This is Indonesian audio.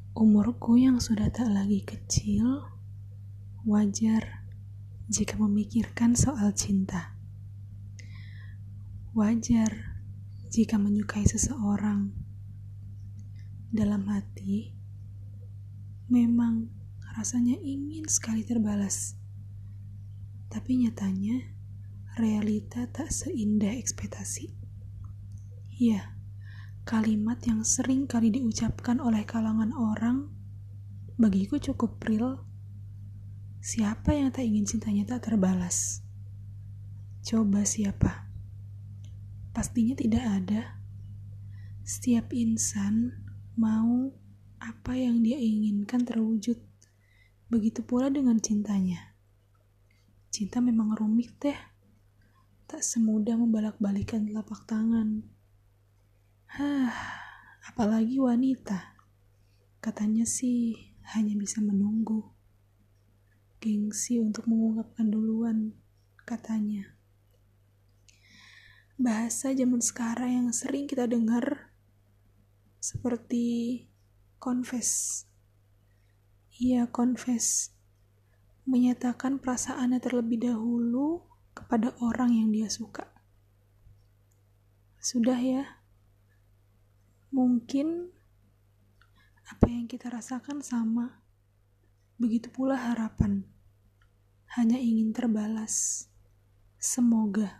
Umurku yang sudah tak lagi kecil, wajar jika memikirkan soal cinta. Wajar jika menyukai seseorang. Dalam hati, memang rasanya ingin sekali terbalas. Tapi nyatanya, realita tak seindah ekspektasi. Ya, kalimat yang sering kali diucapkan oleh kalangan orang, bagiku cukup real. Siapa yang tak ingin cintanya tak terbalas? Coba siapa? Pastinya tidak ada. Setiap insan mau apa yang dia inginkan terwujud. Begitu pula dengan cintanya. Cinta memang rumit deh. Tak semudah membalak-balikan telapak tangan. Apalagi wanita. Katanya sih hanya bisa menunggu. Gengsi untuk mengungkapkan duluan, katanya. Bahasa zaman sekarang yang sering kita dengar seperti confess. Iya, confess. Menyatakan perasaannya terlebih dahulu kepada orang yang dia suka. Sudah ya. Mungkin apa yang kita rasakan sama. Begitu pula harapan. Hanya ingin terbalas. Semoga.